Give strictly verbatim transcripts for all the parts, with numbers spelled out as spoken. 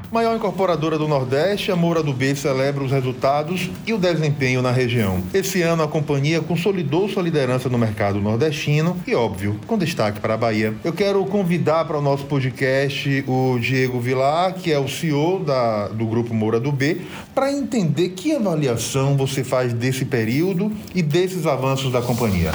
Maior incorporadora do Nordeste, a Moura do B celebra os resultados e o desempenho na região. Esse ano, a companhia consolidou sua liderança no mercado nordestino e, óbvio, com destaque para a Bahia. Eu quero convidar para o nosso podcast o Diego Vilar, que é o C E O da, do Grupo Moura do B, para entender que avaliação você faz desse período e desses avanços da companhia.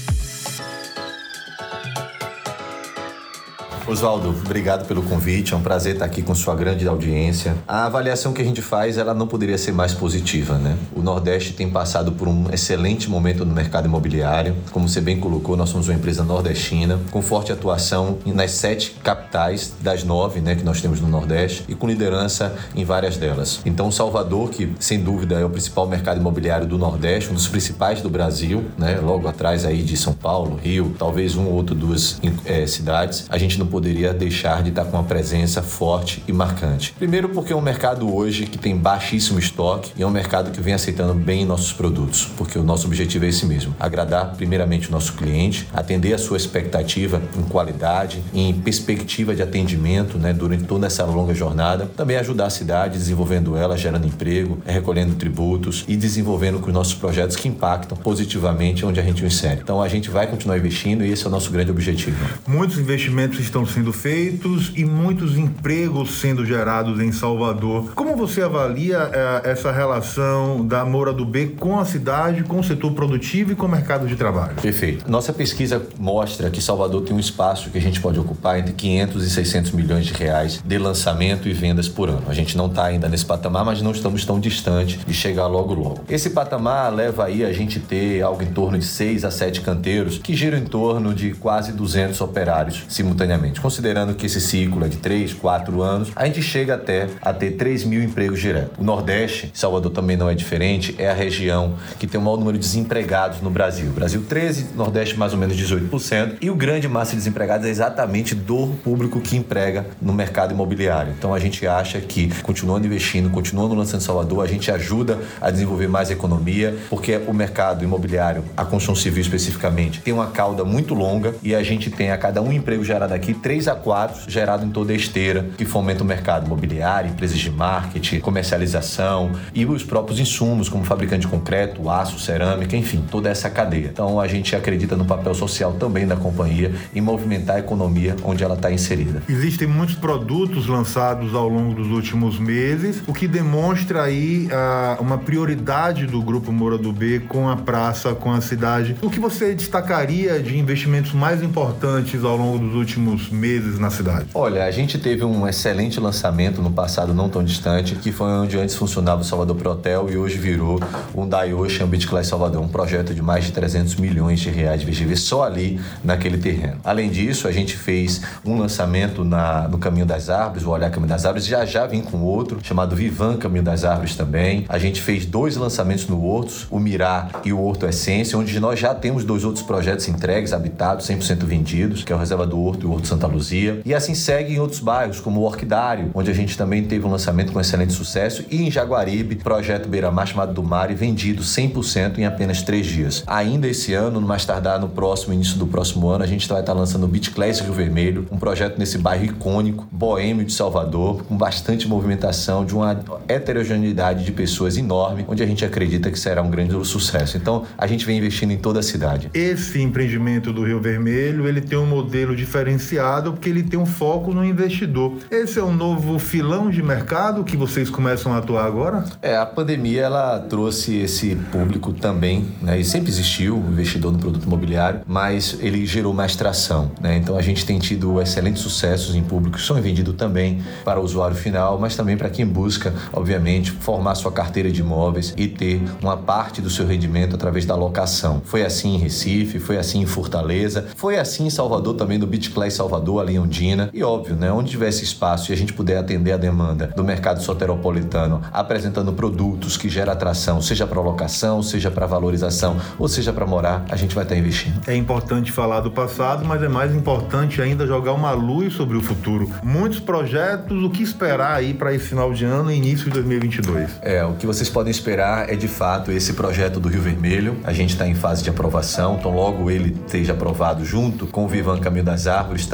Oswaldo, obrigado pelo convite, é um prazer estar aqui com sua grande audiência. A avaliação que a gente faz, ela não poderia ser mais positiva, né? O Nordeste tem passado por um excelente momento no mercado imobiliário. Como você bem colocou, nós somos uma empresa nordestina, com forte atuação nas sete capitais das nove, né, que nós temos no Nordeste, e com liderança em várias delas. Então, Salvador, que sem dúvida é o principal mercado imobiliário do Nordeste, um dos principais do Brasil, né, logo atrás aí de São Paulo, Rio, talvez um ou outro, duas é, cidades, a gente não poderia deixar de estar com uma presença forte e marcante. Primeiro porque é um mercado hoje que tem baixíssimo estoque e é um mercado que vem aceitando bem nossos produtos, porque o nosso objetivo é esse mesmo, agradar primeiramente o nosso cliente, atender a sua expectativa em qualidade, em perspectiva de atendimento, né, durante toda essa longa jornada, também ajudar a cidade, desenvolvendo ela, gerando emprego, recolhendo tributos e desenvolvendo com os nossos projetos que impactam positivamente onde a gente o insere. Então a gente vai continuar investindo e esse é o nosso grande objetivo. Muitos investimentos estão sendo feitos e muitos empregos sendo gerados em Salvador. Como você avalia eh, essa relação da Moura do B com a cidade, com o setor produtivo e com o mercado de trabalho? Perfeito. Nossa pesquisa mostra que Salvador tem um espaço que a gente pode ocupar entre quinhentos e seiscentos milhões de reais de lançamento e vendas por ano. A gente não está ainda nesse patamar, mas não estamos tão distante de chegar logo logo. Esse patamar leva aí a gente ter algo em torno de seis a sete canteiros que giram em torno de quase duzentos operários simultaneamente. Considerando que esse ciclo é de três, quatro anos, a gente chega até a ter três mil empregos diretos. O Nordeste, Salvador também não é diferente, é a região que tem o maior número de desempregados no Brasil. Brasil treze, Nordeste mais ou menos dezoito por cento. E o grande massa de desempregados é exatamente do público que emprega no mercado imobiliário. Então a gente acha que continuando investindo, continuando lançando Salvador, a gente ajuda a desenvolver mais a economia, porque o mercado imobiliário, a construção civil especificamente, tem uma cauda muito longa e a gente tem a cada um emprego gerado aqui, três a quatro gerado em toda a esteira, que fomenta o mercado imobiliário, empresas de marketing, comercialização e os próprios insumos, como fabricante de concreto, aço, cerâmica, enfim, toda essa cadeia. Então a gente acredita no papel social também da companhia em movimentar a economia onde ela está inserida. Existem muitos produtos lançados ao longo dos últimos meses, o que demonstra aí uh, uma prioridade do Grupo Moura do B com a praça, com a cidade. O que você destacaria de investimentos mais importantes ao longo dos últimos meses na cidade? Olha, a gente teve um excelente lançamento no passado não tão distante, que foi onde antes funcionava o Salvador Pro Hotel e hoje virou um Dai Ocean Beach Class Salvador, um projeto de mais de trezentos milhões de reais de V G V só ali naquele terreno. Além disso, a gente fez um lançamento na, no Caminho das Árvores, o Olhar Caminho das Árvores, já já vim com outro, chamado Vivan Caminho das Árvores também. A gente fez dois lançamentos no Hortos, o Mirá e o Horto Essência, onde nós já temos dois outros projetos entregues, habitados, cem por cento vendidos, que é o Reserva do Horto e o Horto Santa Luzia. E assim segue em outros bairros, como o Orquidário, onde a gente também teve um lançamento com excelente sucesso, e em Jaguaribe, projeto Beira-Mar chamado do Mar, e vendido cem por cento em apenas três dias. Ainda esse ano, no mais tardar no próximo, início do próximo ano, a gente vai estar lançando o Beach Class Rio Vermelho, um projeto nesse bairro icônico, boêmio de Salvador, com bastante movimentação, de uma heterogeneidade de pessoas enorme, onde a gente acredita que será um grande sucesso. Então, a gente vem investindo em toda a cidade. Esse empreendimento do Rio Vermelho, ele tem um modelo diferenciado, porque ele tem um foco no investidor. Esse é um novo filão de mercado que vocês começam a atuar agora? É, a pandemia, ela trouxe esse público também, né? E sempre existiu o investidor no produto imobiliário, mas ele gerou mais tração, né? Então a gente tem tido excelentes sucessos em público, que são vendidos também para o usuário final, mas também para quem busca, obviamente, formar sua carteira de imóveis e ter uma parte do seu rendimento através da locação. Foi assim em Recife, foi assim em Fortaleza, foi assim em Salvador também, do Beach Class Salvador, ali em Ondina. E óbvio, né? Onde tivesse espaço e a gente puder atender a demanda do mercado soteropolitano, apresentando produtos que geram atração, seja para locação, seja para valorização, ou seja para morar, a gente vai estar investindo. É importante falar do passado, mas é mais importante ainda jogar uma luz sobre o futuro. Muitos projetos, o que esperar aí para esse final de ano e início de dois mil e vinte e dois? É, o que vocês podem esperar é de fato esse projeto do Rio Vermelho. A gente está em fase de aprovação, então logo ele esteja aprovado junto com o Vivan Caminho das Árvores também.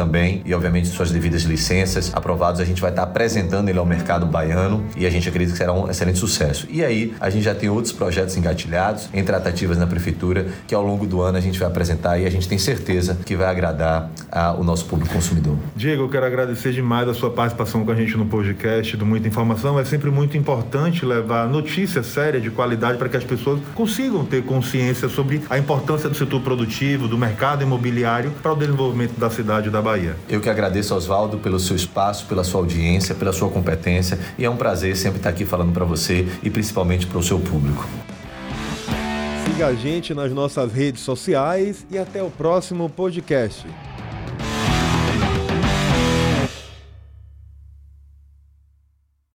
também, e obviamente suas devidas licenças aprovados, a gente vai estar apresentando ele ao mercado baiano e a gente acredita que será um excelente sucesso. E aí, a gente já tem outros projetos engatilhados, em tratativas na prefeitura, que ao longo do ano a gente vai apresentar e a gente tem certeza que vai agradar a, o nosso público consumidor. Diego, eu quero agradecer demais a sua participação com a gente no podcast do Muita Informação. É sempre muito importante levar notícia séria, de qualidade, para que as pessoas consigam ter consciência sobre a importância do setor produtivo, do mercado imobiliário para o desenvolvimento da cidade da Bahia. Eu que agradeço, Oswaldo, pelo seu espaço, pela sua audiência, pela sua competência, e é um prazer sempre estar aqui falando para você e principalmente para o seu público. Siga a gente nas nossas redes sociais e até o próximo podcast.